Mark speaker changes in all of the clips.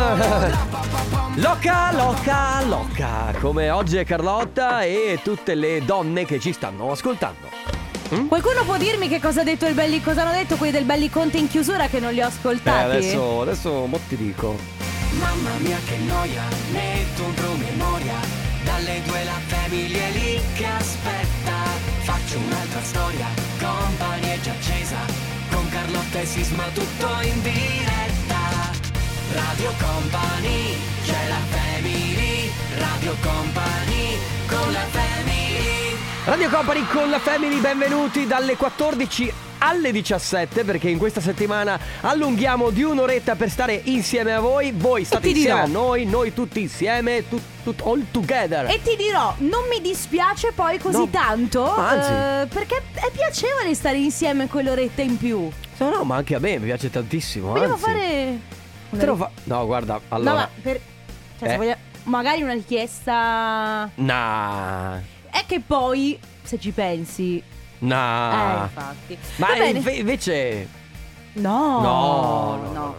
Speaker 1: Loca, loca, loca. Come oggi è Carlotta e tutte le donne che ci stanno ascoltando.
Speaker 2: Qualcuno può dirmi che cosa ha detto cosa hanno detto quelli del Belli Conte in chiusura, che non li ho ascoltati?
Speaker 1: Adesso mo ti dico.
Speaker 3: Mamma mia che noia, metto un promemoria. Dalle 2 la famiglia è lì che aspetta. Faccio un'altra storia, Company è già accesa. Con Carlotta e Sisma tutto in diretta. Radio Company, c'è la family. Radio Company, con la family.
Speaker 1: Radio Company con la Family, benvenuti dalle 14 alle 17, perché in questa settimana allunghiamo di un'oretta per stare insieme a voi. Voi state insieme a noi tutti insieme, all together.
Speaker 2: E ti dirò, non mi dispiace poi così tanto,
Speaker 1: anzi,
Speaker 2: perché è piacevole stare insieme quell'oretta in più.
Speaker 1: No, ma anche a me mi piace tantissimo.
Speaker 2: Vogliamo fare
Speaker 1: No, guarda, allora.
Speaker 2: No, ma se vogliamo, magari una richiesta.
Speaker 1: Nah.
Speaker 2: È che poi, se ci pensi. Infatti.
Speaker 1: Ma invece.
Speaker 2: No.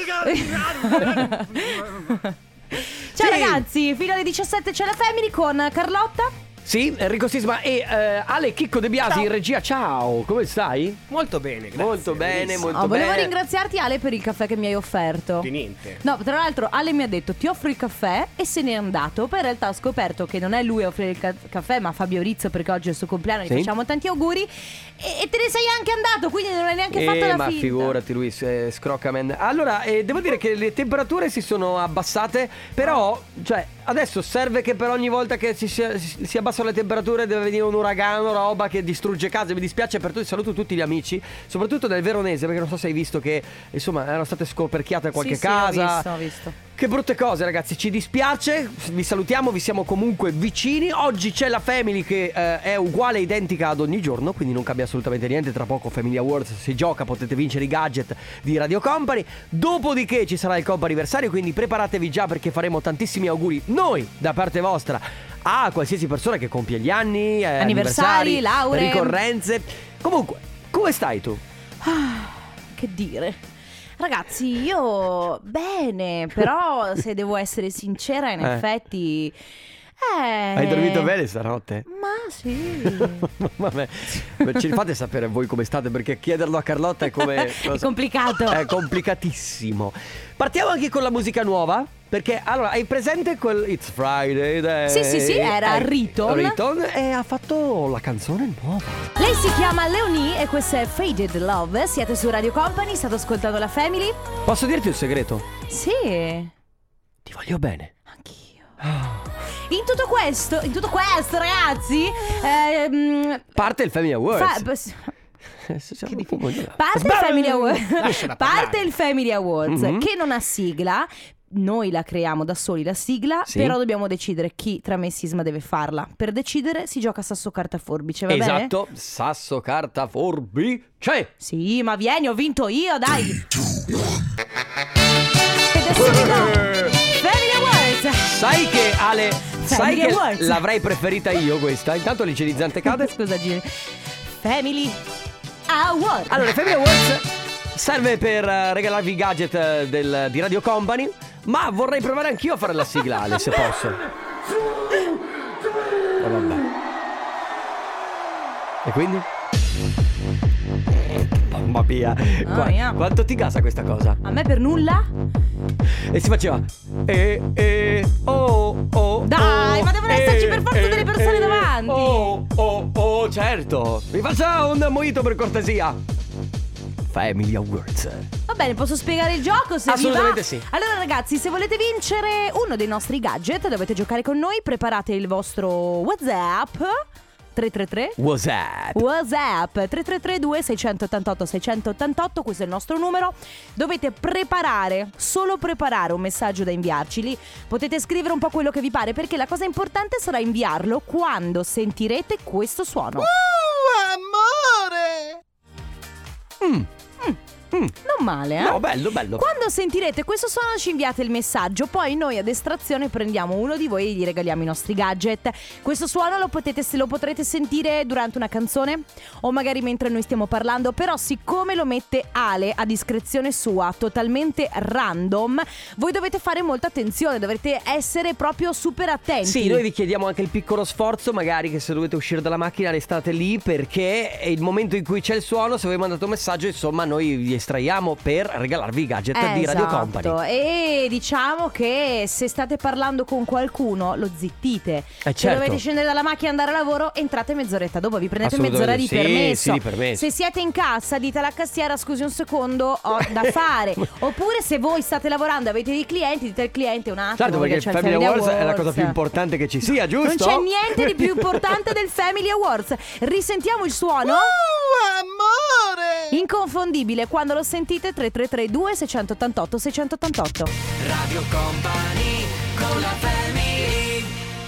Speaker 2: Ciao ragazzi, fino alle 17 c'è la Family con Carlotta.
Speaker 1: Sì, Enrico Sisma e Ale Chicco De Biasi. Ciao. In regia. Ciao, come stai?
Speaker 4: Molto bene, grazie.
Speaker 1: Molto bene.
Speaker 2: Volevo ringraziarti, Ale, per il caffè che mi hai offerto.
Speaker 4: Di niente.
Speaker 2: No, tra l'altro Ale mi ha detto ti offro il caffè e se n'è andato. Poi in realtà ho scoperto che non è lui a offrire il caffè, ma Fabio Rizzo, perché oggi è il suo compleanno. Gli facciamo tanti auguri. E te ne sei anche andato, quindi non hai neanche fatto la
Speaker 1: ma
Speaker 2: finta.
Speaker 1: figurati lui, scroccaman. Allora, devo dire che le temperature si sono abbassate. Però, cioè, adesso serve che per ogni volta che si abbassano le temperature deve venire un uragano, roba che distrugge case. Mi dispiace per tutti, saluto tutti gli amici, soprattutto nel Veronese, perché non so se hai visto che insomma erano state scoperchiate qualche casa.
Speaker 2: Sì, ho visto.
Speaker 1: Che brutte cose, ragazzi, ci dispiace. Vi salutiamo, vi siamo comunque vicini. Oggi c'è la Family che è uguale e identica ad ogni giorno, quindi non cambia assolutamente niente. Tra poco Family Awards si gioca, potete vincere i gadget di Radio Company. Dopodiché ci sarà il comp'anniversario, quindi preparatevi già, perché faremo tantissimi auguri noi da parte vostra a qualsiasi persona che compie gli anni,
Speaker 2: anniversari, lauree,
Speaker 1: ricorrenze. Comunque, come stai tu?
Speaker 2: Che dire? Ragazzi, io bene, però se devo essere sincera, in effetti
Speaker 1: hai dormito bene stanotte?
Speaker 2: Ma sì.
Speaker 1: Vabbè, ci fate sapere voi come state, perché chiederlo a Carlotta è come
Speaker 2: è complicato.
Speaker 1: È complicatissimo. Partiamo anche con la musica nuova, perché allora hai presente quel It's Friday Day?
Speaker 2: Sì, era Riton
Speaker 1: e ha fatto la canzone nuova.
Speaker 2: Lei si chiama Leonie e questa è Faded Love. Siete su Radio Company, state ascoltando la Family.
Speaker 1: Posso dirti un segreto?
Speaker 2: Sì.
Speaker 1: Ti voglio bene.
Speaker 2: Anch'io. In tutto questo, ragazzi,
Speaker 1: parte il Family Awards.
Speaker 2: Parte il Family Awards, che non ha sigla. Noi la creiamo da soli la sigla, però dobbiamo decidere chi tra me e Sisma deve farla. Per decidere si gioca sasso carta forbice, va bene?
Speaker 1: Esatto, sasso carta forbice.
Speaker 2: Sì, ma vieni, ho vinto io, dai. Ed è subito Family Awards.
Speaker 1: Sai che Ale,
Speaker 2: Family Awards.
Speaker 1: l'avrei preferita io questa. Intanto l'incidizzante cade.
Speaker 2: Scusa Gini. Family Awards.
Speaker 1: Allora, Family Awards serve per regalarvi i gadget di Radio Company. Ma vorrei provare anch'io a fare la sigla, Ale, se posso. Vabbè. E quindi? Mamma mia. Quanto ti gasa questa cosa?
Speaker 2: A me per nulla.
Speaker 1: E si faceva oh.
Speaker 2: Dai, ma devono esserci per forza delle persone davanti.
Speaker 1: Oh, certo. Mi faccia un mojito per cortesia. Family Awards.
Speaker 2: Va bene, posso spiegare il gioco se
Speaker 1: assolutamente
Speaker 2: vi va?
Speaker 1: Sì.
Speaker 2: Allora ragazzi, se volete vincere uno dei nostri gadget, dovete giocare con noi. Preparate il vostro WhatsApp 333 WhatsApp 3332 688 688. Questo è il nostro numero. Dovete solo preparare un messaggio da inviarci. Lì potete scrivere un po' quello che vi pare, perché la cosa importante sarà inviarlo quando sentirete questo suono.
Speaker 4: Amore!
Speaker 2: Non male, eh?
Speaker 1: No, bello.
Speaker 2: Quando sentirete questo suono ci inviate il messaggio, poi noi ad estrazione prendiamo uno di voi e gli regaliamo i nostri gadget. Questo suono lo potrete sentire durante una canzone o magari mentre noi stiamo parlando, però siccome lo mette Ale a discrezione sua, totalmente random, voi dovete fare molta attenzione, dovrete essere proprio super attenti.
Speaker 1: Sì, noi vi chiediamo anche il piccolo sforzo, magari che se dovete uscire dalla macchina restate lì, perché è il momento in cui c'è il suono. Se voi mandate un messaggio, insomma, noi vi estraiamo per regalarvi i gadget di Radio Company.
Speaker 2: E diciamo che se state parlando con qualcuno lo zittite.
Speaker 1: Certo.
Speaker 2: Se dovete scendere dalla macchina e andare a lavoro, entrate mezz'oretta dopo, vi prendete mezz'ora di permesso.
Speaker 1: Sì, di permesso.
Speaker 2: Se siete in cassa, dite alla cassiera: scusi un secondo, ho da fare. Oppure se voi state lavorando e avete dei clienti, dite al cliente un attimo.
Speaker 1: Certo, perché il Family Awards è la cosa più importante che ci sia, giusto?
Speaker 2: Non c'è niente di più importante del Family Awards. Risentiamo il suono.
Speaker 3: Amore!
Speaker 2: Inconfondibile, quando lo sentite 333 688 688.
Speaker 3: Radio Company con la family.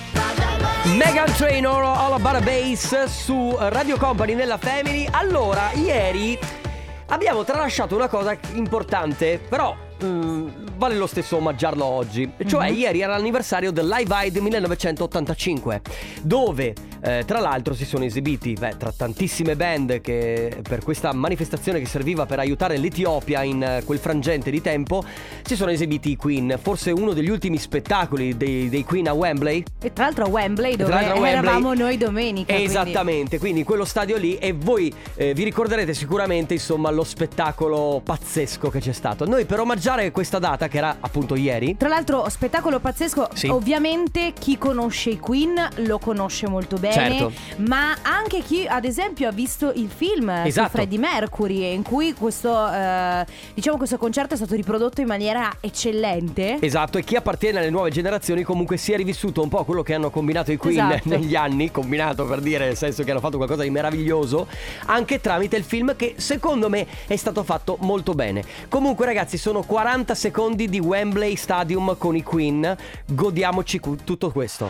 Speaker 1: Meghan Trainor, All About a Bass su Radio Company nella Family. Allora, ieri abbiamo tralasciato una cosa importante, però vale lo stesso omaggiarlo oggi. Cioè ieri era l'anniversario del Live Aid 1985, dove tra l'altro si sono esibiti tra tantissime band che per questa manifestazione che serviva per aiutare l'Etiopia in quel frangente di tempo, si sono esibiti i Queen. Forse uno degli ultimi spettacoli dei Queen a Wembley.
Speaker 2: E tra l'altro a Wembley, dove eravamo noi domenica.
Speaker 1: Esattamente, quindi in quello stadio lì. E voi vi ricorderete sicuramente, insomma, lo spettacolo pazzesco che c'è stato. Noi per omaggiare questa data, che era appunto ieri.
Speaker 2: Tra l'altro spettacolo pazzesco, sì. Ovviamente chi conosce i Queen lo conosce molto bene,
Speaker 1: certo.
Speaker 2: Ma anche chi ad esempio ha visto il film di Freddie Mercury, in cui questo questo concerto è stato riprodotto in maniera eccellente.
Speaker 1: Esatto, e chi appartiene alle nuove generazioni comunque si è rivissuto un po' quello che hanno combinato i Queen negli anni. Combinato per dire, nel senso che hanno fatto qualcosa di meraviglioso, anche tramite il film, che secondo me è stato fatto molto bene. Comunque ragazzi, sono 40 secondi di Wembley Stadium con i Queen. Godiamoci tutto questo.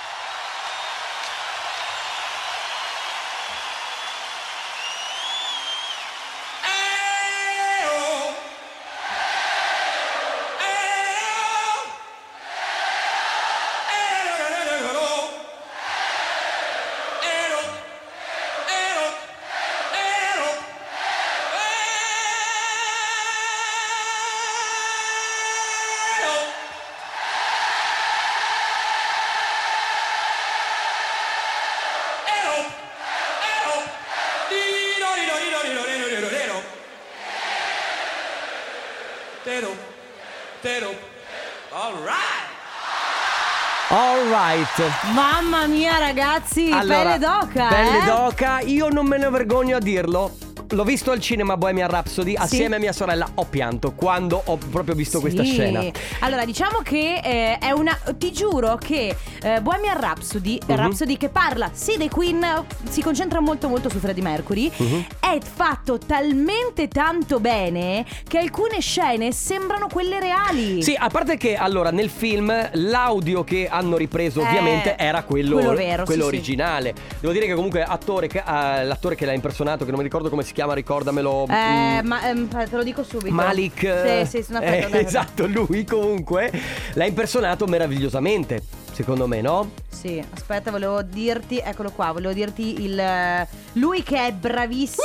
Speaker 1: Alright.
Speaker 2: Mamma mia ragazzi,
Speaker 1: allora,
Speaker 2: pelle d'oca.
Speaker 1: Pelle d'oca, io non me ne vergogno a dirlo. L'ho visto al cinema Bohemian Rhapsody assieme a mia sorella. Ho pianto quando ho proprio visto questa scena.
Speaker 2: Allora diciamo che è una, ti giuro che Bohemian Rhapsody, Rhapsody che parla sì dei Queen, si concentra molto molto su Freddie Mercury, è fatto talmente tanto bene che alcune scene sembrano quelle reali.
Speaker 1: Sì, a parte che allora nel film l'audio che hanno ripreso ovviamente era quello vero, quello originale. Devo dire che comunque l'attore che l'ha impersonato, che non mi ricordo come si chiama, ricordamelo.
Speaker 2: Te lo dico subito.
Speaker 1: Malik.
Speaker 2: Sì,
Speaker 1: esatto, lui comunque l'ha impersonato meravigliosamente, secondo me, no?
Speaker 2: Sì, aspetta, volevo dirti, eccolo qua, volevo dirti lui che è bravissimo.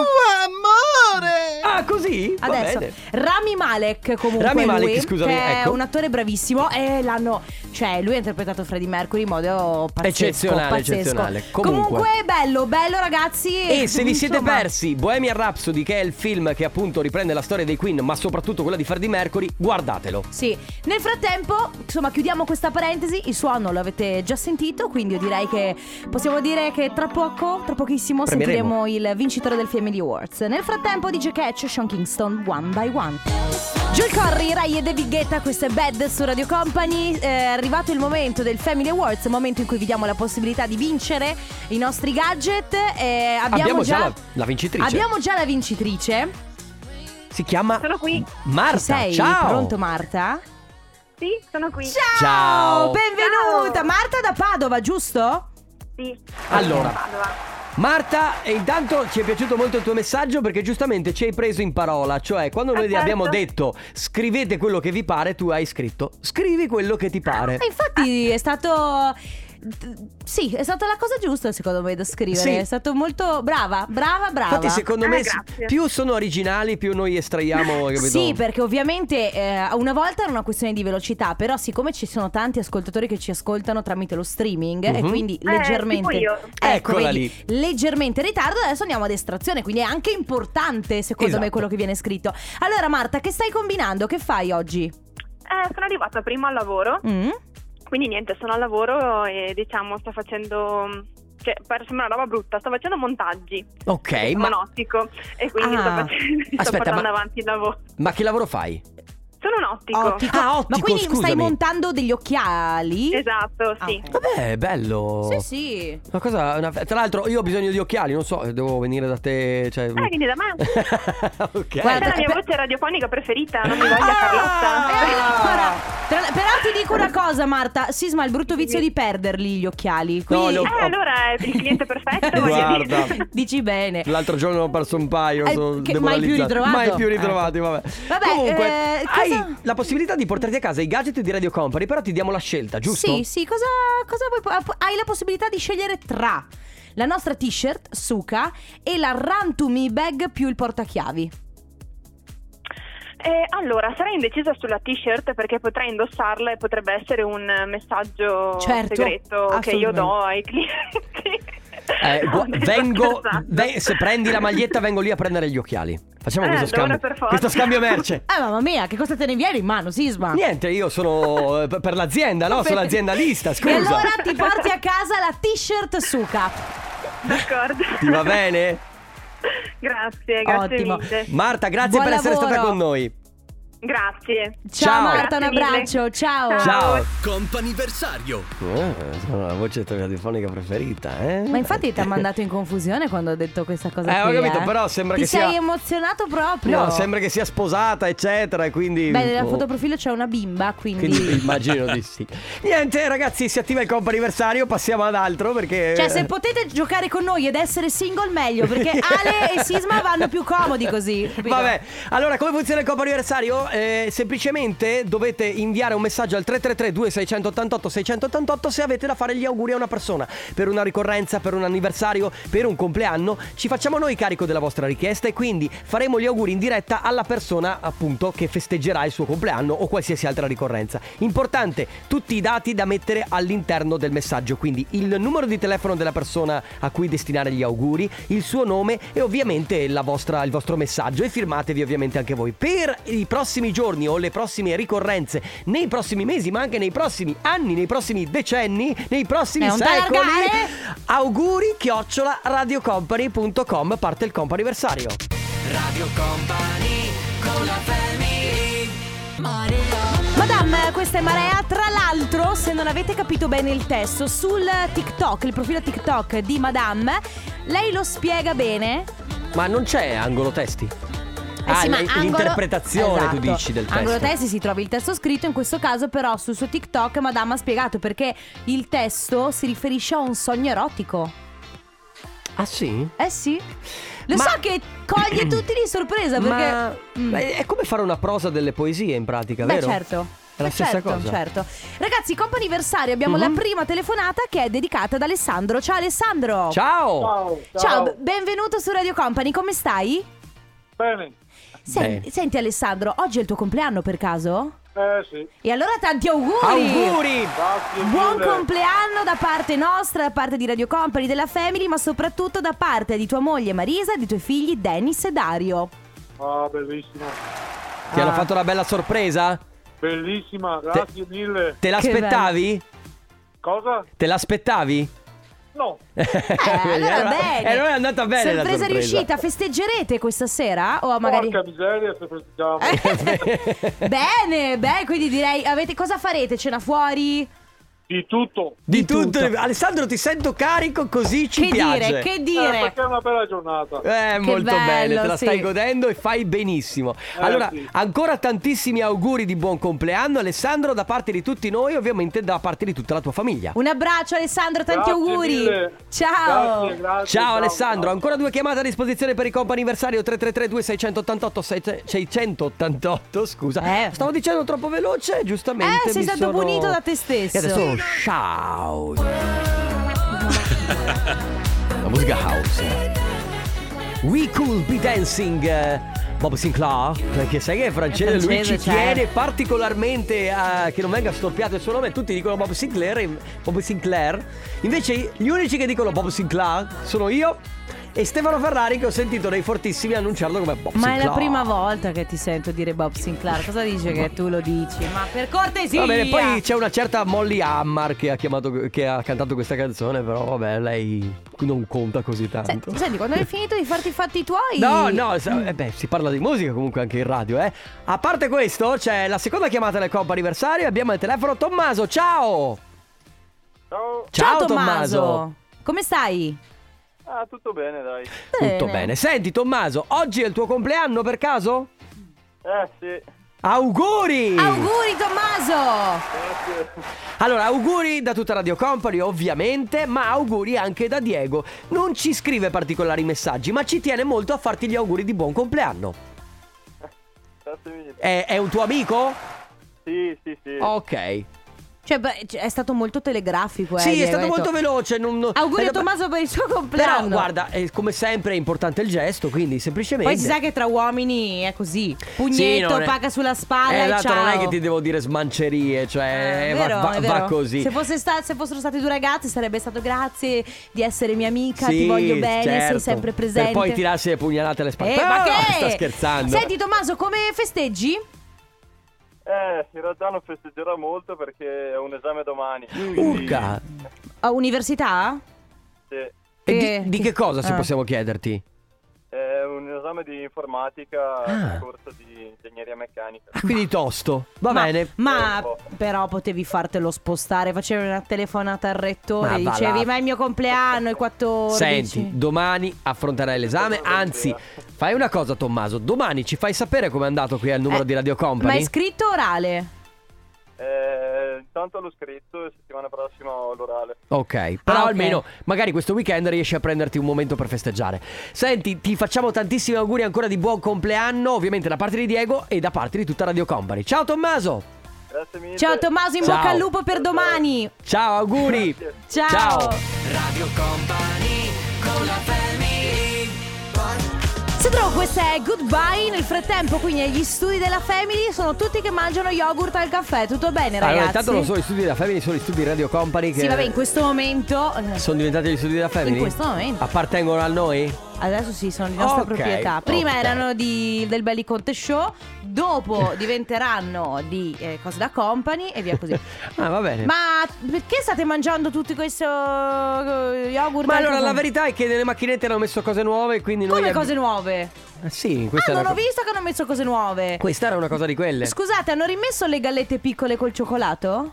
Speaker 3: Amore!
Speaker 1: Ah, così?
Speaker 2: Adesso Rami Malek, comunque
Speaker 1: Rami Malek,
Speaker 2: lui,
Speaker 1: scusami,
Speaker 2: che
Speaker 1: ecco.
Speaker 2: è un attore bravissimo e lui ha interpretato Freddie Mercury in modo pazzesco.
Speaker 1: Eccezionale.
Speaker 2: Comunque bello ragazzi.
Speaker 1: E se vi siete persi Bohemian Rhapsody, che è il film che appunto riprende la storia dei Queen, ma soprattutto quella di Freddie Mercury, guardatelo.
Speaker 2: Sì, nel frattempo, insomma, chiudiamo questa parentesi. Il suono lo avete già sentito, quindi io direi che possiamo dire che tra pochissimo sentiremo il vincitore del Family Awards. Nel frattempo DJ Catch, Sean Kingston, One by One. Joel Corry, Rai e David Guetta, questo è Bad su Radio Company. È arrivato il momento del Family Awards, momento in cui vi diamo la possibilità di vincere i nostri gadget.
Speaker 1: Abbiamo già la vincitrice.
Speaker 2: Abbiamo già la vincitrice.
Speaker 1: Si chiama
Speaker 4: Sono qui.
Speaker 1: Marta.
Speaker 2: Sei
Speaker 1: ciao.
Speaker 2: pronto Marta?
Speaker 4: Sì, sono qui.
Speaker 2: Ciao, benvenuta. Marta da Padova, giusto?
Speaker 4: Sì.
Speaker 1: Allora,
Speaker 4: Padova.
Speaker 1: Marta, e intanto ci è piaciuto molto il tuo messaggio perché giustamente ci hai preso in parola. Cioè, quando noi abbiamo detto scrivete quello che vi pare, tu hai scritto scrivi quello che ti pare.
Speaker 2: Infatti è stato... Sì, è stata la cosa giusta secondo me da scrivere.
Speaker 1: Sì.
Speaker 2: È stato molto brava.
Speaker 1: Infatti secondo me
Speaker 4: grazie.
Speaker 1: più sono originali più noi estraiamo, capito?
Speaker 2: Sì, perché ovviamente una volta era una questione di velocità, però siccome ci sono tanti ascoltatori che ci ascoltano tramite lo streaming e quindi leggermente
Speaker 4: tipo io.
Speaker 1: Eccola
Speaker 2: vedi, leggermente in ritardo, adesso andiamo ad estrazione, quindi è anche importante secondo me
Speaker 1: Esatto.
Speaker 2: quello che viene scritto. Allora Marta, che stai combinando? Che fai oggi?
Speaker 4: Sono arrivata prima al lavoro, quindi niente, sono al lavoro e diciamo sto facendo... Cioè, sembra una roba brutta, sto facendo montaggi.
Speaker 1: Ok,
Speaker 4: Sono un ottico e quindi sto portando avanti il lavoro.
Speaker 1: Ma che lavoro fai?
Speaker 4: Sono un ottico.
Speaker 1: Ah, ottico,
Speaker 2: Ma quindi
Speaker 1: scusami.
Speaker 2: stai montando degli occhiali?
Speaker 4: Esatto, sì.
Speaker 2: Ok.
Speaker 1: Vabbè, bello.
Speaker 2: Sì.
Speaker 1: Una cosa, tra l'altro io ho bisogno di occhiali, non so, devo venire da te, cioè...
Speaker 4: Vieni da me.
Speaker 1: Ok.
Speaker 2: Guarda,
Speaker 4: È la mia voce radiofonica preferita, non mi voglia
Speaker 1: Ah!
Speaker 4: Carlotta.
Speaker 2: Ora, però ti dico una cosa Marta, Sisma ha il brutto vizio di perderli gli occhiali. Quindi
Speaker 1: No,
Speaker 4: allora è il cliente perfetto, voglio dire.
Speaker 1: Guarda,
Speaker 2: dici bene.
Speaker 1: l'altro giorno ho perso un paio, sono
Speaker 2: che mai più
Speaker 1: demoralizzato.
Speaker 2: ritrovato?
Speaker 1: Mai più ritrovati, vabbè.
Speaker 2: Vabbè,
Speaker 1: Comunque,
Speaker 2: cosa-
Speaker 1: hai la possibilità di portarti a casa i gadget di Radio Company, però ti diamo la scelta, giusto?
Speaker 2: Sì, cosa vuoi? Hai la possibilità di scegliere tra la nostra t-shirt Suka e la Run to Me bag più il portachiavi.
Speaker 4: Allora, sarei indecisa sulla t-shirt perché potrei indossarla e potrebbe essere un messaggio
Speaker 2: Certo,
Speaker 4: segreto che io
Speaker 2: assolutamente.
Speaker 4: do ai clienti.
Speaker 1: Se prendi la maglietta vengo lì a prendere gli occhiali. Facciamo
Speaker 4: dovrei per forza.
Speaker 1: questo scambio merce.
Speaker 2: Mamma mia, che cosa te ne viene in mano, Sisma?
Speaker 1: Niente, io sono per l'azienda, no? Sono aziendalista, scusa.
Speaker 2: E allora ti porti a casa la t-shirt Suka.
Speaker 4: D'accordo.
Speaker 1: Ti va bene?
Speaker 4: Grazie
Speaker 2: Ottimo.
Speaker 4: mille.
Speaker 1: Marta, grazie
Speaker 2: Buon
Speaker 1: per essere
Speaker 2: lavoro.
Speaker 1: stata con noi.
Speaker 4: Grazie.
Speaker 2: Ciao Marta, un
Speaker 4: Grazie mille.
Speaker 2: abbraccio, ciao.
Speaker 1: Ciao.
Speaker 3: Comp'anniversario.
Speaker 1: Sono la voce radiofonica preferita, eh?
Speaker 2: Ma infatti ti ha mandato in confusione quando ho detto questa cosa
Speaker 1: Ho
Speaker 2: qui,
Speaker 1: capito, però sembra
Speaker 2: ti
Speaker 1: che sia...
Speaker 2: sei emozionato proprio.
Speaker 1: No, sembra che sia sposata, eccetera, e quindi...
Speaker 2: Beh, nella fotoprofilo c'è una bimba, quindi
Speaker 1: immagino di sì. Niente, ragazzi, si attiva il comp'anniversario, passiamo ad altro perché...
Speaker 2: Cioè, se potete giocare con noi ed essere single meglio, perché Ale e Sisma vanno più comodi così, capito?
Speaker 1: Vabbè, allora come funziona il comp'anniversario? Semplicemente dovete inviare un messaggio al 333-2688-688 se avete da fare gli auguri a una persona per una ricorrenza, per un anniversario, per un compleanno. Ci facciamo noi carico della vostra richiesta e quindi faremo gli auguri in diretta alla persona appunto che festeggerà il suo compleanno o qualsiasi altra ricorrenza. Importante, tutti i dati da mettere all'interno del messaggio, quindi il numero di telefono della persona a cui destinare gli auguri, il suo nome e ovviamente il vostro messaggio, e firmatevi ovviamente anche voi. Per i prossimi giorni o le prossime ricorrenze, nei prossimi mesi, ma anche nei prossimi anni, nei prossimi decenni, nei prossimi
Speaker 2: non
Speaker 1: secoli,
Speaker 2: t'allargare.
Speaker 1: auguri @radiocompany.com. parte il comp'anniversario.
Speaker 3: Radio Company con la family.
Speaker 2: Madame, questa è Marea. Tra l'altro, se non avete capito bene il testo, sul TikTok, il profilo TikTok di Madame, lei lo spiega bene.
Speaker 1: Ma non c'è angolo testi?
Speaker 2: Sì, ma
Speaker 1: l'interpretazione
Speaker 2: esatto.
Speaker 1: tu dici del testo.
Speaker 2: Angolo testi si trova il testo scritto, in questo caso però sul suo TikTok Madame ha spiegato perché il testo si riferisce a un sogno erotico.
Speaker 1: Ah sì?
Speaker 2: Eh sì. Lo
Speaker 1: Ma-
Speaker 2: so che coglie tutti di sorpresa perché
Speaker 1: Ma è come fare una prosa delle poesie in pratica,
Speaker 2: Beh,
Speaker 1: vero?
Speaker 2: certo.
Speaker 1: È la stessa
Speaker 2: certo,
Speaker 1: cosa.
Speaker 2: certo. Ragazzi, comp'anniversario, abbiamo la prima telefonata che è dedicata ad Alessandro. Ciao Alessandro.
Speaker 1: Ciao.
Speaker 2: Ciao, benvenuto su Radio Company, come stai?
Speaker 5: Bene,
Speaker 2: Senti Alessandro, oggi è il tuo compleanno per caso?
Speaker 5: sì,
Speaker 2: E allora tanti auguri!
Speaker 1: Auguri!
Speaker 5: grazie
Speaker 2: Buon
Speaker 5: mille.
Speaker 2: compleanno da parte nostra, da parte di Radio Company, della Family, ma soprattutto da parte di tua moglie Marisa e di tuoi figli Dennis e Dario.
Speaker 5: Ah, bellissimo,
Speaker 1: Ti hanno fatto una bella sorpresa?
Speaker 5: bellissima, grazie mille.
Speaker 1: Te l'aspettavi?
Speaker 5: Cosa?
Speaker 1: Te l'aspettavi?
Speaker 5: No,
Speaker 2: Allora bene.
Speaker 1: non è andata bene la
Speaker 2: sorpresa
Speaker 1: sorpresa.
Speaker 2: riuscita, festeggerete questa sera? O magari...
Speaker 5: porca miseria se festeggiamo.
Speaker 2: Bene, quindi direi, cosa farete? Cena fuori?
Speaker 5: Di tutto.
Speaker 1: Di tutto. Alessandro, ti sento carico, così ci piace.
Speaker 2: Che dire?
Speaker 5: Perché è una bella giornata.
Speaker 1: Molto
Speaker 2: bello,
Speaker 1: bene, te la
Speaker 2: sì.
Speaker 1: stai godendo e fai benissimo. Allora,
Speaker 5: sì.
Speaker 1: ancora tantissimi auguri di buon compleanno, Alessandro, da parte di tutti noi, ovviamente da parte di tutta la tua famiglia.
Speaker 2: Un abbraccio Alessandro, tanti
Speaker 5: Grazie
Speaker 2: auguri.
Speaker 5: mille.
Speaker 2: Ciao.
Speaker 5: Grazie,
Speaker 1: Ciao Alessandro, ancora 2 chiamate a disposizione per il comp'anniversario 3332 688 688, scusa. Stavo dicendo troppo veloce, giustamente.
Speaker 2: Sei stato punito da te stesso.
Speaker 1: E adesso shout. La musica house. We Could Be Dancing, Bob Sinclair, perché sai che è francese, lui ci tiene particolarmente a che non venga storpiato il suo nome. Tutti dicono Bob Sinclair. Invece gli unici che dicono Bob Sinclair sono io e Stefano Ferrari, che ho sentito dei fortissimi annunciarlo come Bob Sinclair.
Speaker 2: Ma è la prima volta che ti sento dire Bob Sinclair. Cosa dice che tu lo dici? Ma per cortesia.
Speaker 1: Va bene, poi c'è una certa Molly Hammar che ha cantato questa canzone, però vabbè, lei non conta così tanto.
Speaker 2: Senti, quando hai finito di farti i fatti tuoi.
Speaker 1: No, si parla di musica comunque anche in radio, eh. A parte questo, c'è la seconda chiamata del comp'anniversario. Abbiamo al telefono Tommaso, ciao.
Speaker 5: Ciao.
Speaker 1: Tommaso.
Speaker 2: Come stai?
Speaker 5: Tutto bene, dai.
Speaker 1: Tutto bene. Senti Tommaso, oggi è il tuo compleanno per caso?
Speaker 5: Sì.
Speaker 1: Auguri!
Speaker 2: Auguri Tommaso!
Speaker 1: Allora, auguri da tutta Radio Company ovviamente, ma auguri anche da Diego. Non ci scrive particolari messaggi, ma ci tiene molto a farti gli auguri di buon compleanno.
Speaker 5: Grazie mille.
Speaker 1: È un tuo amico?
Speaker 5: Sì.
Speaker 1: Ok.
Speaker 2: Cioè, è stato molto telegrafico,
Speaker 1: Sì,
Speaker 2: Diego,
Speaker 1: è stato
Speaker 2: ha detto,
Speaker 1: molto veloce.
Speaker 2: Auguri a Tommaso per il suo compleanno.
Speaker 1: Però guarda, come sempre è importante il gesto, quindi semplicemente.
Speaker 2: Poi si sa che tra uomini è così. Pugnetto,
Speaker 1: non è-
Speaker 2: paga sulla spalla e
Speaker 1: esatto,
Speaker 2: ciao.
Speaker 1: non è che ti devo dire smancerie, cioè
Speaker 2: È vero, è vero.
Speaker 1: va così.
Speaker 2: Se fossero stati 2 ragazzi sarebbe stato grazie di essere mia amica,
Speaker 1: Sì,
Speaker 2: ti voglio bene,
Speaker 1: certo.
Speaker 2: sei sempre presente.
Speaker 1: Per poi tirarsi le pugnalate alle spalle.
Speaker 2: Ma
Speaker 1: Però
Speaker 2: che?
Speaker 1: sta scherzando.
Speaker 2: Senti Tommaso, come festeggi?
Speaker 5: In realtà non festeggerò molto perché ho un esame domani.
Speaker 1: Urca.
Speaker 2: A università?
Speaker 5: Sì.
Speaker 1: E di che cosa, se possiamo chiederti?
Speaker 5: È un esame di informatica, un corso di ingegneria meccanica.
Speaker 1: Quindi tosto. Va bene.
Speaker 2: Ma però potevi fartelo spostare, facevi una telefonata al rettore,
Speaker 1: Ma va
Speaker 2: dicevi
Speaker 1: là.
Speaker 2: ma è il mio compleanno, il 14.
Speaker 1: Senti, domani affronterai l'esame. Anzi, fai una cosa Tommaso, domani ci fai sapere com'è andato qui al numero di Radio
Speaker 2: Ma
Speaker 1: Company.
Speaker 2: è scritto o orale?
Speaker 5: Intanto l'ho scritto e settimana prossima ho l'orale.
Speaker 1: Ok, però
Speaker 2: ok.
Speaker 1: almeno magari questo weekend riesci a prenderti un momento per festeggiare. Senti, ti facciamo tantissimi auguri ancora di buon compleanno, ovviamente da parte di Diego e da parte di tutta Radio Company. Ciao Tommaso.
Speaker 5: Grazie mille.
Speaker 2: Ciao Tommaso, in
Speaker 1: Ciao.
Speaker 2: bocca al lupo per domani.
Speaker 1: Ciao, auguri.
Speaker 2: Ciao.
Speaker 1: Ciao.
Speaker 3: Radio Company con la family.
Speaker 2: Sandro, questa è Goodbye. Nel frattempo qui negli studi della Family sono tutti che mangiano yogurt al caffè. Tutto bene ragazzi?
Speaker 1: Allora, intanto non sono gli studi della Family, sono gli studi di Radio Company che
Speaker 2: Sì, vabbè, in questo momento
Speaker 1: sono diventati gli studi della Family?
Speaker 2: In questo momento.
Speaker 1: Appartengono a noi?
Speaker 2: adesso sì, sono di nostra
Speaker 1: Ok,
Speaker 2: proprietà. Prima
Speaker 1: ok.
Speaker 2: erano del Belli Conte Show, dopo diventeranno di cose da company e via così.
Speaker 1: Ah, va bene.
Speaker 2: Ma perché state mangiando tutti questo yogurt?
Speaker 1: Ma
Speaker 2: al
Speaker 1: allora
Speaker 2: caffè?
Speaker 1: la verità è che nelle macchinette hanno messo cose nuove, quindi noi
Speaker 2: Come cose nuove?
Speaker 1: Sì, questa
Speaker 2: Ah,
Speaker 1: era
Speaker 2: non ho visto che hanno messo cose nuove.
Speaker 1: Questa era una cosa di quelle.
Speaker 2: Scusate, hanno rimesso le gallette piccole col cioccolato?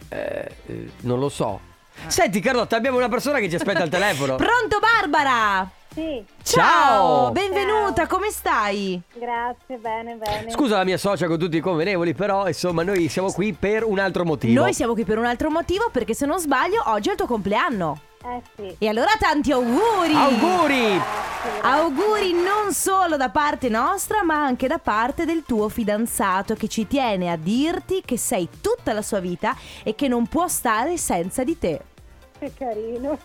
Speaker 1: Non lo so. Senti Carlotta, abbiamo una persona che ci aspetta al telefono.
Speaker 2: Pronto Barbara?
Speaker 6: Sì,
Speaker 1: Ciao.
Speaker 2: Benvenuta, come stai?
Speaker 6: grazie, bene, bene.
Speaker 1: Scusa la mia socia con tutti i convenevoli, però insomma noi siamo qui per un altro motivo.
Speaker 2: Noi siamo qui per un altro motivo, perché se non sbaglio oggi è il tuo compleanno.
Speaker 6: Sì.
Speaker 2: E allora tanti auguri!
Speaker 1: Auguri!
Speaker 2: Auguri non solo da parte nostra, ma anche da parte del tuo fidanzato, che ci tiene a dirti che sei tutta la sua vita e che non può stare senza di te.
Speaker 6: Che carino.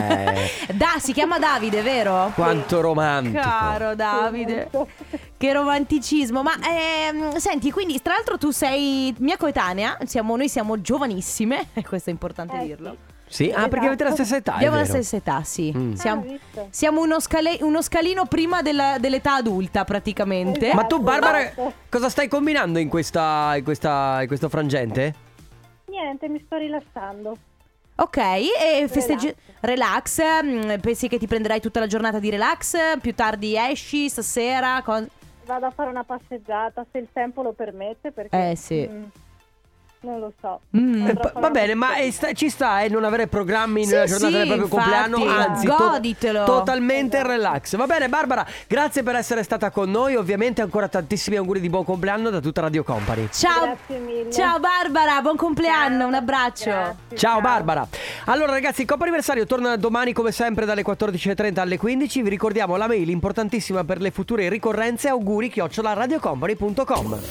Speaker 2: Si chiama Davide, vero?
Speaker 1: Quanto romantico.
Speaker 2: Caro Davide, che romanticismo. Ma senti, quindi tra l'altro tu sei mia coetanea, noi siamo giovanissime, e questo è importante dirlo.
Speaker 1: Sì, perché avete la stessa età.
Speaker 2: Abbiamo
Speaker 1: è
Speaker 2: la
Speaker 1: vero.
Speaker 2: stessa età, sì.
Speaker 6: visto.
Speaker 2: Siamo uno scalino prima dell'età adulta, praticamente.
Speaker 1: Ma tu Barbara, cosa stai combinando in questo frangente?
Speaker 6: Niente, mi sto rilassando.
Speaker 2: Ok, e festeggi relax. Pensi che ti prenderai tutta la giornata di relax? Più tardi esci, stasera?
Speaker 6: Vado a fare una passeggiata se il tempo lo permette, perché
Speaker 2: Sì.
Speaker 6: Non lo so.
Speaker 1: Va bene, ma ci sta non avere programmi nella giornata del proprio compleanno, anzi
Speaker 2: goditelo.
Speaker 1: Totalmente relax. Va bene Barbara, grazie per essere stata con noi. Ovviamente ancora tantissimi auguri di buon compleanno da tutta Radio Company.
Speaker 2: Ciao.
Speaker 6: Grazie mille.
Speaker 2: Ciao Barbara, buon compleanno.
Speaker 6: Ciao.
Speaker 2: Un abbraccio.
Speaker 6: Grazie,
Speaker 1: Ciao Barbara. Allora ragazzi, il Coppa Anniversario torna domani come sempre dalle 14.30 alle 15. Vi ricordiamo la mail importantissima per le future ricorrenze, auguri@radiocompany.com.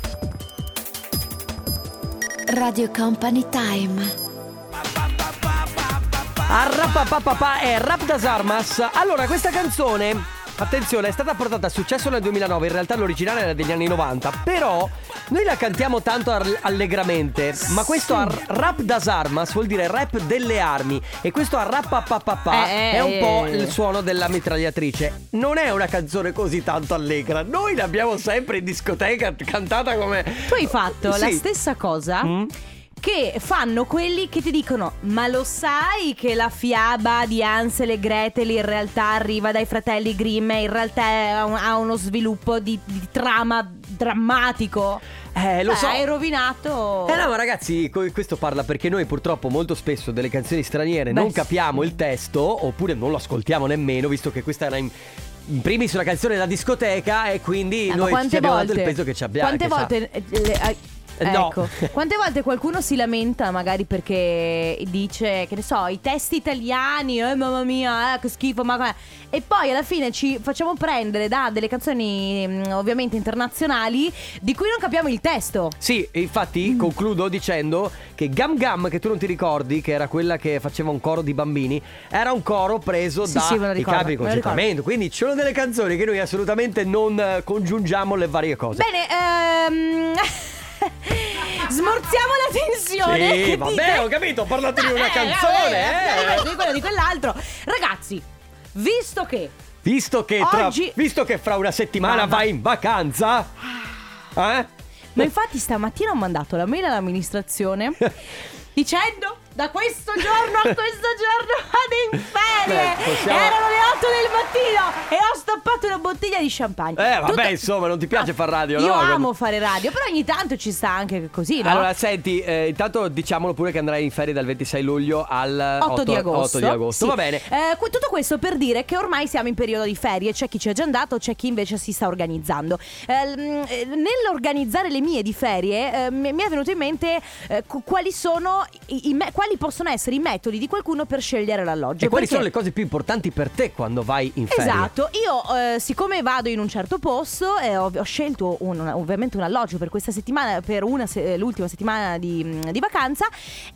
Speaker 7: Radio Company Time.
Speaker 1: Arrapapapapa è Rap das Armas. Allora questa canzone, attenzione, è stata portata a successo nel 2009. In realtà l'originale era degli anni 90. Però noi la cantiamo tanto allegramente. Ma questo Rap das Armas vuol dire rap delle armi. E questo Arrapapapapa è un po' il suono della mitragliatrice. Non è una canzone così tanto allegra. Noi l'abbiamo sempre in discoteca cantata come...
Speaker 2: Tu hai fatto la stessa cosa che fanno quelli che ti dicono: ma lo sai che la fiaba di Hansel e Gretel in realtà arriva dai fratelli Grimm e in realtà ha uno sviluppo di trama drammatico?
Speaker 1: Lo so.
Speaker 2: Hai rovinato.
Speaker 1: No, ma ragazzi, questo parla perché noi purtroppo molto spesso delle canzoni straniere non capiamo il testo, oppure non lo ascoltiamo nemmeno, visto che questa era in primis una canzone da discoteca, e quindi noi ci abbiamo dato il peso che ci abbiamo.
Speaker 2: Quante volte ecco, quante volte qualcuno si lamenta magari perché dice, che ne so, i testi italiani, mamma mia, che schifo, e poi alla fine ci facciamo prendere da delle canzoni ovviamente internazionali di cui non capiamo il testo.
Speaker 1: Sì, infatti concludo dicendo che Gam Gam, che tu non ti ricordi, che era quella che faceva un coro di bambini, era un coro preso i capi di concentramento. Quindi ci sono delle canzoni che noi assolutamente non congiungiamo le varie cose.
Speaker 2: Bene, smorziamo la tensione.
Speaker 1: Sì, vabbè, ho capito, ho parlato di una canzone,
Speaker 2: di quello, di quell'altro. Ragazzi, visto che
Speaker 1: oggi... visto che fra una settimana vai in vacanza,
Speaker 2: ma infatti stamattina ho mandato la mail all'amministrazione dicendo: da questo giorno a questo giorno vado in ferie. Erano le 8 del mattino e ho stappato una bottiglia di champagne.
Speaker 1: Vabbè, insomma, non ti piace fare radio,
Speaker 2: io
Speaker 1: no?
Speaker 2: Io amo fare radio, però ogni tanto ci sta anche così, no?
Speaker 1: Allora, senti, intanto diciamolo pure che andrai in ferie dal 26 luglio al
Speaker 2: 8 di agosto.
Speaker 1: 8 di agosto,
Speaker 2: sì.
Speaker 1: Va bene.
Speaker 2: Tutto questo per dire che ormai siamo in periodo di ferie. C'è chi ci è già andato, c'è chi invece si sta organizzando. Nell'organizzare le mie di ferie mi è venuto in mente quali sono quali possono essere i metodi di qualcuno per scegliere l'alloggio.
Speaker 1: E quali sono le cose più importanti per te quando vai in ferie?
Speaker 2: Esatto, io siccome vado in un certo posto ho scelto ovviamente un alloggio per questa settimana, per l'ultima settimana di vacanza,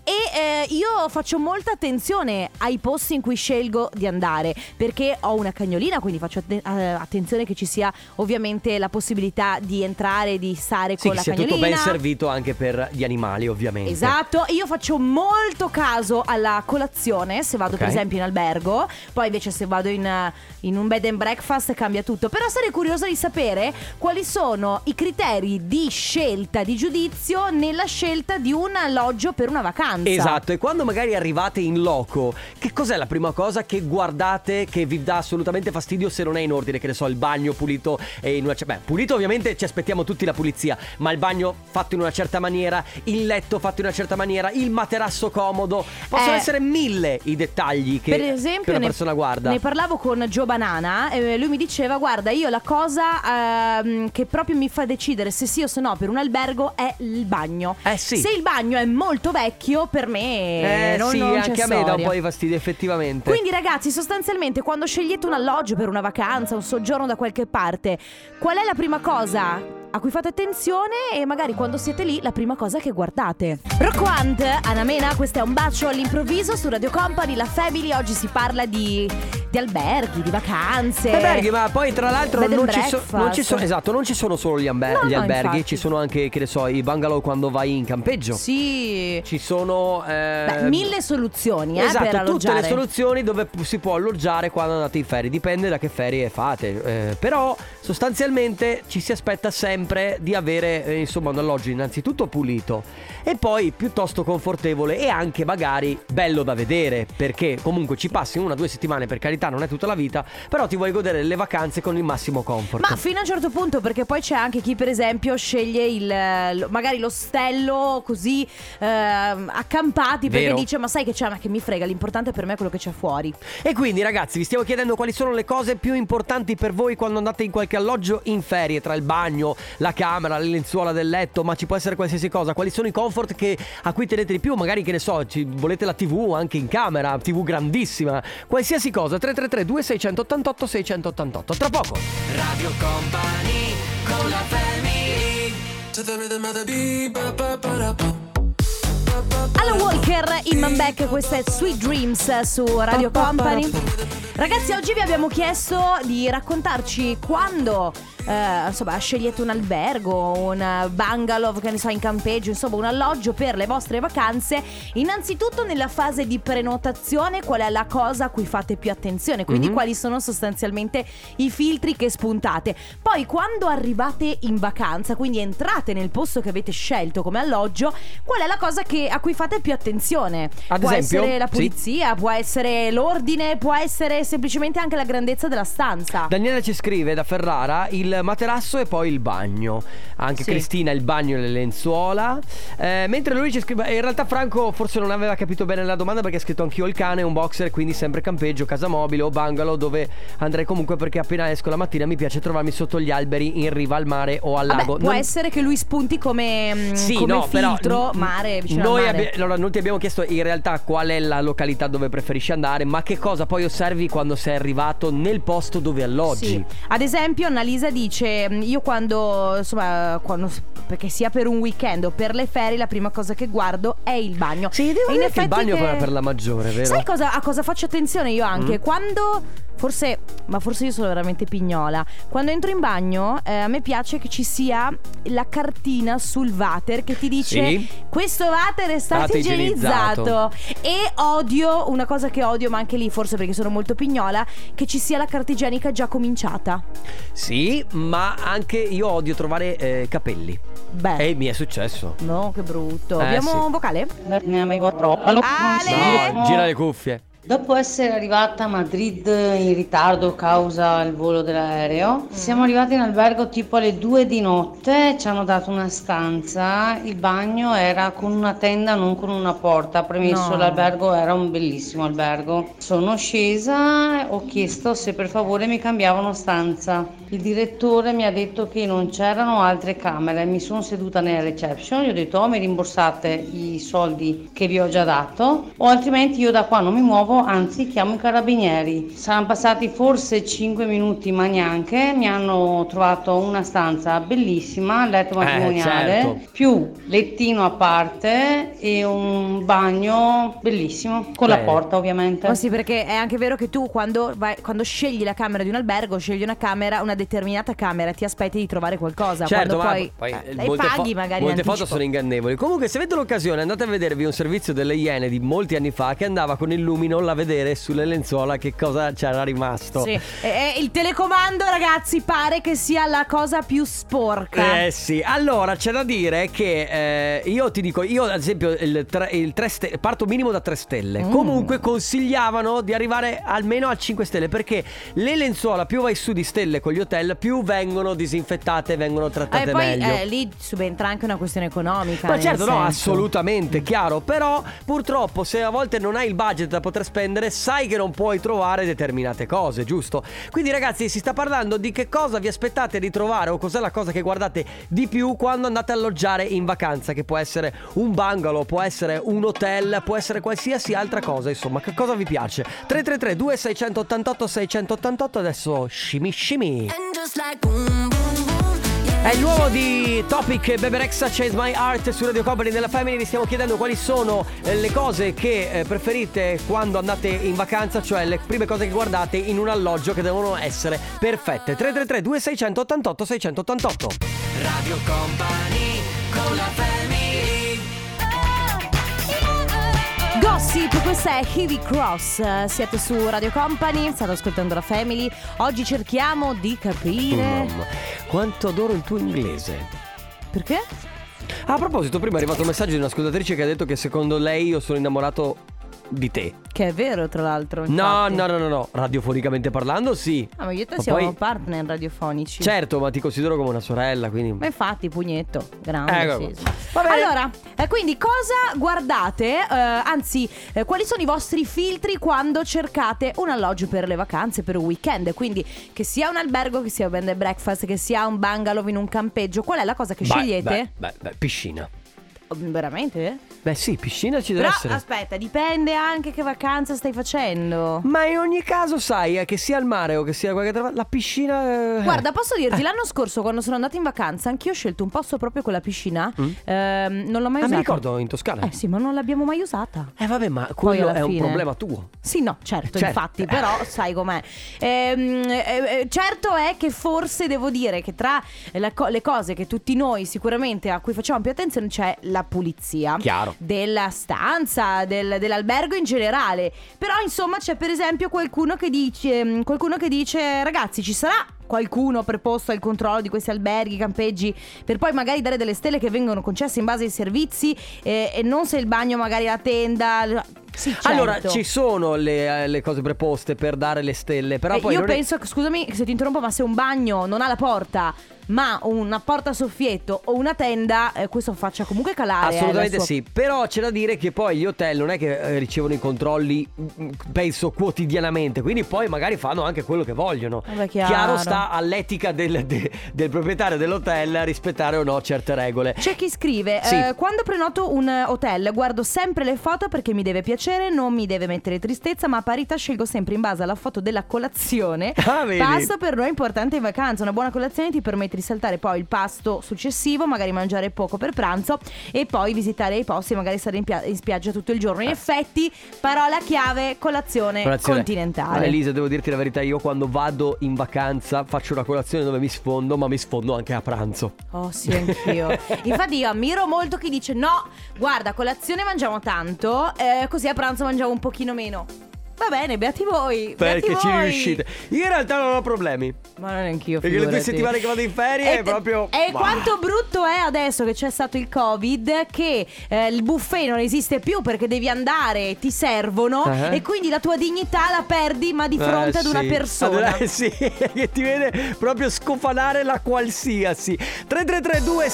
Speaker 2: e io faccio molta attenzione ai posti in cui scelgo di andare, perché ho una cagnolina, quindi faccio attenzione che ci sia ovviamente la possibilità di entrare, di stare con la cagnolina. Sì, tutto
Speaker 1: ben servito anche per gli animali, ovviamente.
Speaker 2: Esatto, io faccio molto caso alla colazione se vado per esempio in albergo. Poi invece se vado in un bed and breakfast cambia tutto. Però sarei curiosa di sapere quali sono i criteri di scelta, di giudizio nella scelta di un alloggio per una vacanza.
Speaker 1: Esatto, e quando magari arrivate in loco, che cos'è la prima cosa che guardate che vi dà assolutamente fastidio se non è in ordine? Che ne so, il bagno pulito pulito ovviamente ci aspettiamo tutti la pulizia, ma il bagno fatto in una certa maniera, il letto fatto in una certa maniera, il materasso comodo. Possono essere mille i dettagli che,
Speaker 2: per esempio,
Speaker 1: che una persona guarda.
Speaker 2: Ne parlavo con Joe Banana, lui mi diceva: guarda, io la cosa che proprio mi fa decidere se sì o se no per un albergo è il bagno.
Speaker 1: Sì.
Speaker 2: Se il bagno è molto vecchio, per me non
Speaker 1: anche
Speaker 2: c'è
Speaker 1: a me dà un
Speaker 2: storia.
Speaker 1: po' di fastidio, effettivamente.
Speaker 2: Quindi ragazzi, sostanzialmente quando scegliete un alloggio per una vacanza, un soggiorno da qualche parte, qual è la prima cosa a cui fate attenzione e magari quando siete lì la prima cosa che guardate? Roquand, Anna Mena, questo è Un bacio all'improvviso su Radio Company, la Family. Oggi si parla di alberghi, di vacanze.
Speaker 1: Alberghi, ma poi tra l'altro non ci sono solo gli alberghi,
Speaker 2: infatti.
Speaker 1: ci sono anche, che ne so, i bungalow quando vai in campeggio.
Speaker 2: Sì.
Speaker 1: Ci sono
Speaker 2: mille soluzioni
Speaker 1: esatto,
Speaker 2: per alloggiare.
Speaker 1: tutte le soluzioni dove si può alloggiare quando andate in ferie. Dipende da che ferie fate, però sostanzialmente ci si aspetta sempre di avere insomma un alloggio innanzitutto pulito e poi piuttosto confortevole e anche magari bello da vedere, perché comunque ci passi 1 o 2 settimane, per carità, carità non è tutta la vita, però ti vuoi godere le vacanze con il massimo comfort.
Speaker 2: Ma fino a un certo punto, perché poi c'è anche chi per esempio sceglie magari l'ostello così accampati, perché dice ma sai che c'è, ma che mi frega, l'importante per me è quello che c'è fuori.
Speaker 1: E quindi ragazzi, vi stiamo chiedendo quali sono le cose più importanti per voi quando andate in qualche alloggio in ferie, tra il bagno, la camera, le lenzuola del letto, ma ci può essere qualsiasi cosa. Quali sono i comfort a cui tenete di più? Magari, che ne so, volete la TV anche in camera, TV grandissima, qualsiasi cosa. 333 2688 688. Tra poco
Speaker 3: Radio Company con la family.
Speaker 2: Alan Walker, Iman Beck, questa è Sweet Dreams su Radio Company. Ragazzi, oggi vi abbiamo chiesto di raccontarci quando insomma scegliete un albergo, un bungalow, che ne so, in campeggio, insomma un alloggio per le vostre vacanze. Innanzitutto nella fase di prenotazione qual è la cosa a cui fate più attenzione, quindi quali sono sostanzialmente i filtri che spuntate. Poi quando arrivate in vacanza, quindi entrate nel posto che avete scelto come alloggio, qual è la cosa a cui fate più attenzione? Può essere la pulizia, può essere l'ordine, può essere semplicemente anche la grandezza della stanza.
Speaker 1: Daniela ci scrive da Ferrara: il materasso e poi il bagno. Anche Cristina, il bagno e le lenzuola. Mentre lui ci scrive, in realtà Franco forse non aveva capito bene la domanda, perché ha scritto anch'io il cane, un boxer, quindi sempre campeggio, casa mobile o bungalow, dove andrei comunque perché appena esco la mattina mi piace trovarmi sotto gli alberi in riva al mare o al lago.
Speaker 2: Può essere che lui spunti come filtro però, mare, vicino al mare.
Speaker 1: Allora, non ti abbiamo chiesto in realtà qual è la località dove preferisci andare, ma che cosa poi osservi quando sei arrivato nel posto dove alloggi.
Speaker 2: Sì. Ad esempio Annalisa dice: io quando perché sia per un weekend o per le ferie, la prima cosa che guardo è il bagno.
Speaker 1: Sì, devo dire che il bagno è per la maggiore, vero?
Speaker 2: Sai a cosa faccio attenzione io anche? Quando forse io sono veramente pignola. Quando entro in bagno a me piace che ci sia la cartina sul water che ti dice questo water è stato igienizzato. E odio, una cosa che odio, ma anche lì forse perché sono molto pignola, che ci sia la carta igienica già cominciata.
Speaker 1: Sì, ma anche io odio trovare capelli. E mi è successo.
Speaker 2: No, che brutto. Abbiamo un vocale?
Speaker 8: Ne avevo troppo.
Speaker 1: No, gira le cuffie.
Speaker 8: Dopo essere arrivata a Madrid in ritardo causa il volo dell'aereo, siamo arrivati in albergo tipo alle 2 di notte, ci hanno dato una stanza, il bagno era con una tenda, non con una porta, premesso l'albergo era un bellissimo albergo. Sono scesa, ho chiesto se per favore mi cambiavano stanza. Il direttore mi ha detto che non c'erano altre camere, mi sono seduta nella reception, gli ho detto mi rimborsate i soldi che vi ho già dato o altrimenti io da qua non mi muovo, anzi chiamo i carabinieri. Saranno passati forse 5 minuti, ma neanche. Mi hanno trovato una stanza bellissima, letto matrimoniale, più lettino a parte e un bagno bellissimo con la porta ovviamente.
Speaker 2: Oh sì, perché è anche vero che tu quando scegli la camera di un albergo, scegli una determinata camera, ti aspetti di trovare qualcosa.
Speaker 1: Certo,
Speaker 2: quando
Speaker 1: poi
Speaker 2: paghi magari
Speaker 1: molte foto sono ingannevoli. Comunque, se avete l'occasione, andate a vedervi un servizio delle Iene di molti anni fa che andava con il lumino a vedere sulle lenzuola che cosa c'era rimasto.
Speaker 2: Sì. Il telecomando, ragazzi, pare che sia la cosa più sporca.
Speaker 1: Sì. Allora c'è da dire che io ti dico, io ad esempio parto minimo da 3 stelle. Comunque consigliavano di arrivare almeno a 5 stelle, perché le lenzuola più vai su di stelle con gli hotel, più vengono disinfettate, vengono trattate meglio.
Speaker 2: Poi lì subentra anche una questione economica.
Speaker 1: Ma certo, no, assolutamente, chiaro. Però purtroppo se a volte non hai il budget da poter spendere, sai che non puoi trovare determinate cose, giusto? Quindi ragazzi, si sta parlando di che cosa vi aspettate di trovare o cos'è la cosa che guardate di più quando andate a alloggiare in vacanza, che può essere un bungalow, può essere un hotel, può essere qualsiasi altra cosa, insomma, che cosa vi piace? 333 2688 688. Adesso shimmy shimmy. È il nuovo di Topic, Bebe Rexha, Chase My Heart su Radio Company della Family. Vi stiamo chiedendo quali sono le cose che preferite quando andate in vacanza, cioè le prime cose che guardate in un alloggio che devono essere perfette. 333 2688 688.
Speaker 3: Radio Company con la Family.
Speaker 2: Gossip, questa è Heavy Cross, siete su Radio Company, state ascoltando la Family. Oggi cerchiamo di capire
Speaker 1: quanto adoro il tuo inglese.
Speaker 2: Perché?
Speaker 1: A proposito, prima è arrivato un messaggio di un'ascoltatrice che ha detto che secondo lei io sono innamorato di te.
Speaker 2: Che è vero, tra l'altro.
Speaker 1: No, radiofonicamente parlando sì.
Speaker 2: Ma io e te
Speaker 1: Ma
Speaker 2: siamo
Speaker 1: poi...
Speaker 2: partner radiofonici.
Speaker 1: Certo, ma ti considero come una sorella, quindi...
Speaker 2: Ma infatti, pugnetto, grande. Sì.
Speaker 1: Va bene.
Speaker 2: Allora, quindi cosa guardate, quali sono i vostri filtri quando cercate un alloggio per le vacanze, per un weekend? Quindi che sia un albergo, che sia un bed and breakfast, che sia un bungalow in un campeggio, qual è la cosa che scegliete?
Speaker 1: Beh, piscina.
Speaker 2: Veramente?
Speaker 1: Beh sì, piscina ci deve
Speaker 2: Però
Speaker 1: essere.
Speaker 2: aspetta, dipende anche che vacanza stai facendo.
Speaker 1: Ma in ogni caso sai, che sia al mare o che sia qualche altra, la piscina...
Speaker 2: Guarda, posso dirti, l'anno scorso quando sono andata in vacanza anch'io ho scelto un posto proprio con la piscina. Non l'ho mai usata.
Speaker 1: mi ricordo in Toscana.
Speaker 2: Sì, ma non l'abbiamo mai usata.
Speaker 1: Vabbè, ma quello è un problema tuo.
Speaker 2: Sì, no, certo. Infatti, però sai com'è. Certo è che forse devo dire che tra le cose che tutti noi sicuramente a cui facciamo più attenzione c'è la pulizia.
Speaker 1: Chiaro.
Speaker 2: Della stanza, dell'albergo in generale. Però insomma c'è per esempio qualcuno che dice ragazzi, ci sarà qualcuno preposto al controllo di questi alberghi, campeggi, per poi magari dare delle stelle che vengono concesse in base ai servizi, e non se il bagno magari la tenda. Sì, certo.
Speaker 1: Allora ci sono le cose preposte per dare le stelle, però poi
Speaker 2: io penso, scusami se ti interrompo, ma se un bagno non ha la porta ma una porta a soffietto o una tenda, questo faccia comunque calare.
Speaker 1: Assolutamente sì. Però c'è da dire che poi gli hotel non è che ricevono i controlli, penso, quotidianamente, quindi poi magari fanno anche quello che vogliono. Chiaro sta all'etica del proprietario dell'hotel rispettare o no certe regole.
Speaker 2: C'è chi scrive
Speaker 1: sì.
Speaker 2: Quando prenoto un hotel guardo sempre le foto perché mi deve piacere, non mi deve mettere tristezza, ma a parità scelgo sempre in base alla foto della colazione. Pasto per noi è importante in vacanza. Una buona colazione ti permette di saltare poi il pasto successivo, magari mangiare poco per pranzo e poi visitare i posti e magari stare in spiaggia tutto il giorno. In effetti, parola chiave, colazione continentale.
Speaker 1: Elisa, devo dirti la verità, io quando vado in vacanza faccio una colazione dove mi sfondo, ma mi sfondo anche a pranzo.
Speaker 2: Oh sì, anch'io. Infatti io ammiro molto chi dice no, guarda, a colazione mangiamo tanto, così a pranzo mangiamo un pochino meno. Va bene, beati voi.
Speaker 1: Perché ci riuscite. Io in realtà non ho problemi.
Speaker 2: Ma non neanch'io,
Speaker 1: perché le 2 settimane che vado in ferie è proprio...
Speaker 2: E quanto brutto è adesso che c'è stato il Covid, che il buffet non esiste più perché devi andare, ti servono, e quindi la tua dignità la perdi, ma di fronte ad una persona.
Speaker 1: Sì, che ti vede proprio scofanare la qualsiasi. 3332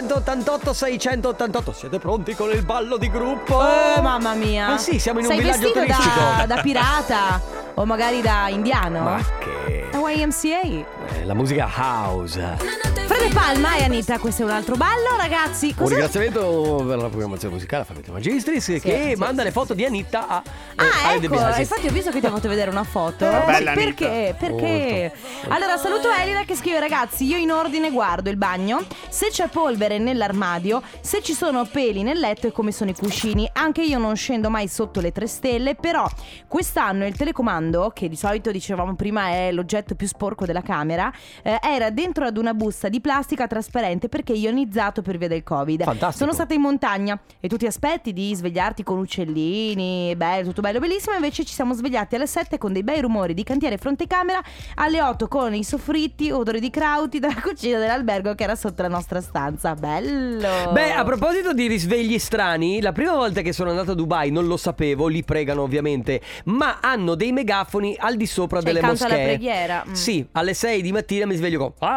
Speaker 1: 688 688. Siete pronti con il ballo di gruppo?
Speaker 2: Mamma mia.
Speaker 1: Ma sì, siamo in un villaggio turistico.
Speaker 2: Da pirata o magari da indiano.
Speaker 1: Ma che...
Speaker 2: YMCA.
Speaker 1: La musica house.
Speaker 2: Fede Palma e Anita, questo è un altro ballo, ragazzi.
Speaker 1: Un ringraziamento per la programmazione musicale a Fabio Magistris che manda le foto di Anita a
Speaker 2: ecco, infatti ho visto che ti ho fatto vedere una foto.
Speaker 1: Bella
Speaker 2: perché? Perché? Allora saluto Elida che scrive: ragazzi, io in ordine guardo il bagno, se c'è polvere nell'armadio, se ci sono peli nel letto e come sono i cuscini. Anche io non scendo mai sotto le 3 stelle, però quest'anno il telecomando, che di solito dicevamo prima è l'oggetto più sporco della camera, era dentro ad una busta di plastica trasparente perché ionizzato per via del Covid.
Speaker 1: Fantastico.
Speaker 2: Sono stata in montagna e tu ti aspetti di svegliarti con uccellini, bello, tutto bello bellissimo, invece ci siamo svegliati alle 7 con dei bei rumori di cantiere fronte camera, alle 8 con i soffritti, odori di crauti dalla cucina dell'albergo che era sotto la nostra stanza. Bello.
Speaker 1: Beh, a proposito di risvegli strani, la prima volta che sono andato a Dubai non lo sapevo, li pregano ovviamente, ma hanno dei megafoni al di sopra delle
Speaker 2: canto
Speaker 1: moschee.
Speaker 2: alla preghiera.
Speaker 1: Sì, alle 6 di mattina mi sveglio con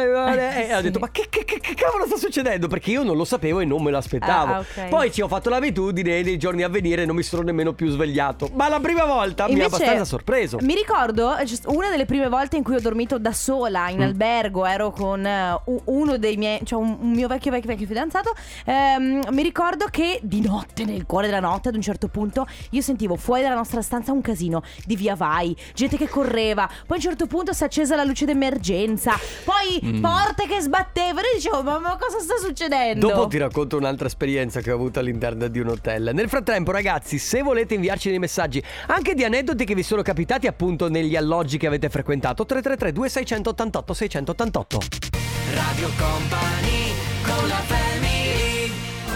Speaker 1: e ho detto ma che cavolo sta succedendo? Perché io non lo sapevo e non me lo aspettavo.
Speaker 2: Okay.
Speaker 1: Poi ci ho fatto l'abitudine nei giorni a venire non mi sono nemmeno più svegliato. Ma la prima volta mi ha abbastanza sorpreso.
Speaker 2: Mi ricordo una delle prime volte in cui ho dormito da sola in albergo, ero con uno dei miei, cioè un mio vecchio fidanzato. Mi ricordo che di notte, nel cuore della notte, ad un certo punto io sentivo fuori dalla nostra stanza un casino di via vai, gente che correva. Poi a un certo punto si è accesa la luce d'emergenza, poi porte che sbattevano e dicevo ma cosa sta succedendo?
Speaker 1: Dopo ti racconto un'altra esperienza che ho avuto all'interno di un hotel. Nel frattempo, ragazzi, se volete inviarci dei messaggi anche di aneddoti che vi sono capitati appunto negli alloggi che avete frequentato, 333 2688 688.
Speaker 3: Radio Company con la family.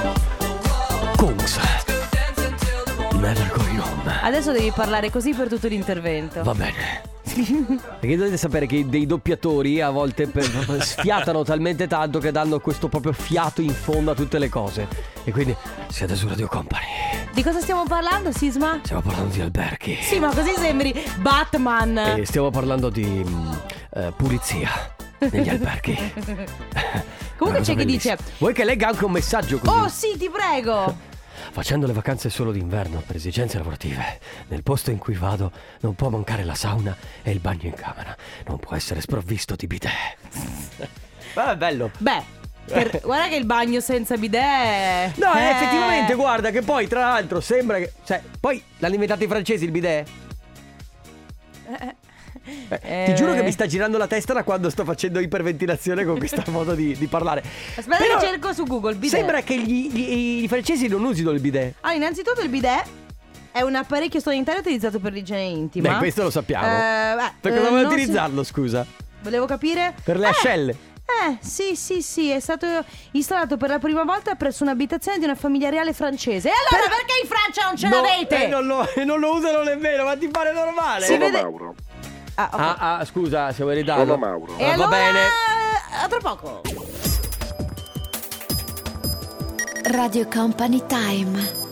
Speaker 1: Kungs, Never Going Home.
Speaker 2: Adesso devi parlare così per tutto l'intervento.
Speaker 1: Va bene. Perché dovete sapere che dei doppiatori a volte sfiatano talmente tanto che danno questo proprio fiato in fondo a tutte le cose. E quindi siete su Radio Company.
Speaker 2: Di cosa stiamo parlando, Sisma?
Speaker 1: Stiamo parlando di alberghi.
Speaker 2: Sì, ma così sembri Batman.
Speaker 1: E stiamo parlando di pulizia negli alberghi.
Speaker 2: Comunque c'è chi dice:
Speaker 1: vuoi che legga anche un messaggio così?
Speaker 2: Oh sì, ti prego.
Speaker 1: Facendo le vacanze solo d'inverno per esigenze lavorative, nel posto in cui vado non può mancare la sauna e il bagno in camera. Non può essere sprovvisto di bidet. Ma è bello.
Speaker 2: Beh, guarda che il bagno senza bidet.
Speaker 1: No, effettivamente, guarda che poi tra l'altro sembra che, cioè, poi l'hanno inventato i francesi il bidet. Ti giuro che mi sta girando la testa da quando sto facendo iperventilazione con questo modo di parlare.
Speaker 2: Aspetta, però che cerco su Google bidet.
Speaker 1: Sembra che i francesi non usino il bidet.
Speaker 2: Innanzitutto il bidet è un apparecchio sanitario utilizzato per l'igiene intima.
Speaker 1: Beh, questo lo sappiamo. Per cosa vuoi utilizzarlo, scusa?
Speaker 2: Volevo capire.
Speaker 1: Per le ascelle.
Speaker 2: Sì, è stato installato per la prima volta presso un'abitazione di una famiglia reale francese. E allora perché in Francia non ce l'avete?
Speaker 1: Non lo usano nemmeno, ma ti pare normale?
Speaker 2: Si vede...
Speaker 5: Mauro.
Speaker 1: Okay. Scusa, se vuoi ridarlo.
Speaker 5: Sono Mauro.
Speaker 2: E allora,
Speaker 1: va bene.
Speaker 2: A tra poco.
Speaker 7: Radio Company Time.